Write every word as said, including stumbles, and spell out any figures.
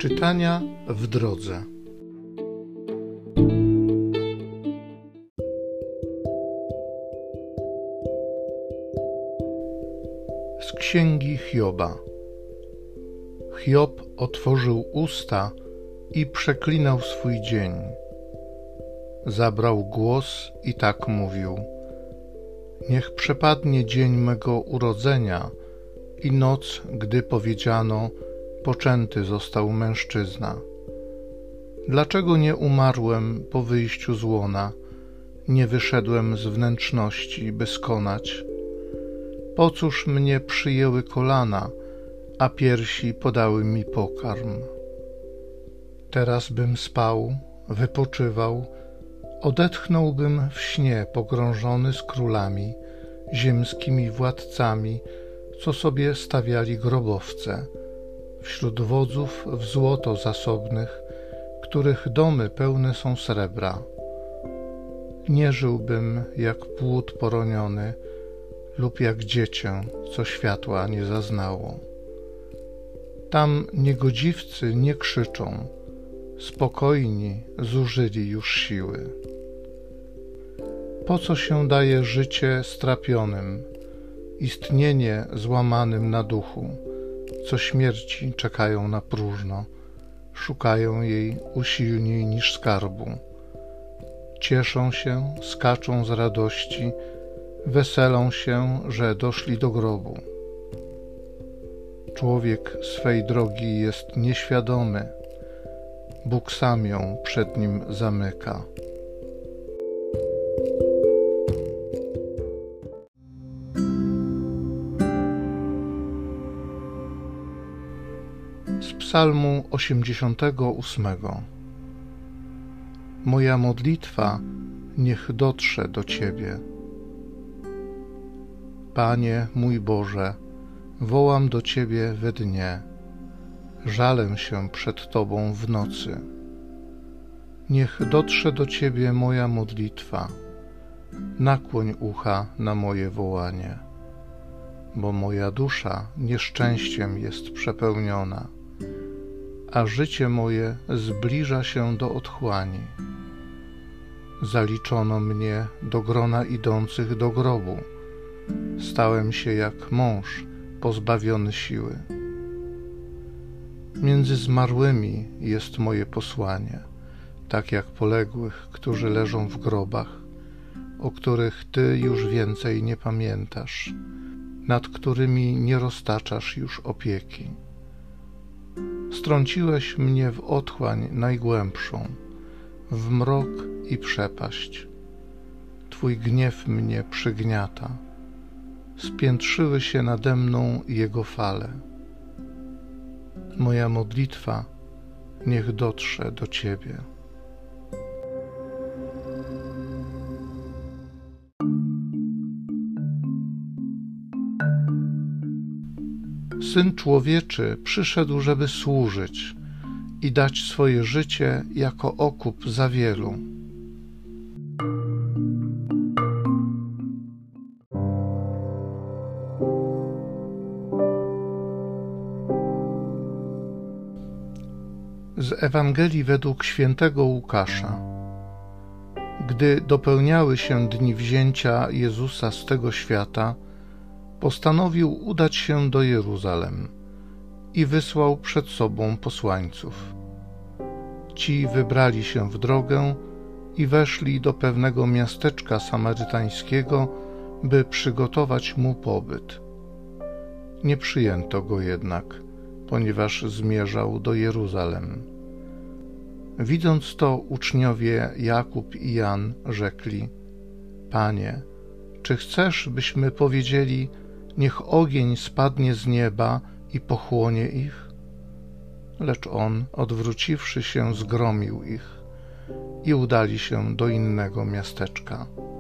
Czytania w drodze. Z księgi Hioba. Hiob otworzył usta i przeklinał swój dzień. Zabrał głos i tak mówił: niech przepadnie dzień mego urodzenia i noc, gdy powiedziano: poczęty został mężczyzna. Dlaczego nie umarłem po wyjściu z łona, nie wyszedłem z wnętrzności, by skonać? Po cóż mnie przyjęły kolana, a piersi podały mi pokarm? Teraz bym spał, wypoczywał, odetchnąłbym w śnie pogrążony z królami, ziemskimi władcami, co sobie stawiali grobowce, wśród wodzów w złoto zasobnych, których domy pełne są srebra. Nie żyłbym jak płód poroniony lub jak dziecię, co światła nie zaznało. Tam niegodziwcy nie krzyczą, spokojni zużyli już siły. Po co się daje życie strapionym, istnienie złamanym na duchu, co śmierci czekają na próżno, szukają jej usilniej niż skarbu. Cieszą się, skaczą z radości, weselą się, że doszli do grobu. Człowiek swej drogi jest nieświadomy, Bóg sam ją przed nim zamyka. Z Psalmu osiemdziesiątego ósmego. Moja modlitwa niech dotrze do Ciebie. Panie mój Boże, wołam do Ciebie we dnie, żalę się przed Tobą w nocy. Niech dotrze do Ciebie moja modlitwa, nakłoń ucha na moje wołanie, bo moja dusza nieszczęściem jest przepełniona, a życie moje zbliża się do otchłani. Zaliczono mnie do grona idących do grobu. Stałem się jak mąż pozbawiony siły. Między zmarłymi jest moje posłanie, tak jak poległych, którzy leżą w grobach, o których Ty już więcej nie pamiętasz, nad którymi nie roztaczasz już opieki. Strąciłeś mnie w otchłań najgłębszą, w mrok i przepaść. Twój gniew mnie przygniata. Spiętrzyły się nade mną jego fale. Moja modlitwa niech dotrze do Ciebie. Syn Człowieczy przyszedł, żeby służyć i dać swoje życie jako okup za wielu. Z Ewangelii według świętego Łukasza. Gdy dopełniały się dni wzięcia Jezusa z tego świata, postanowił udać się do Jeruzalem i wysłał przed sobą posłańców. Ci wybrali się w drogę i weszli do pewnego miasteczka samarytańskiego, by przygotować mu pobyt. Nie przyjęto go jednak, ponieważ zmierzał do Jeruzalem. Widząc to, uczniowie Jakub i Jan rzekli: Panie, czy chcesz, byśmy powiedzieli: niech ogień spadnie z nieba i pochłonie ich? Lecz on, odwróciwszy się, zgromił ich i udali się do innego miasteczka.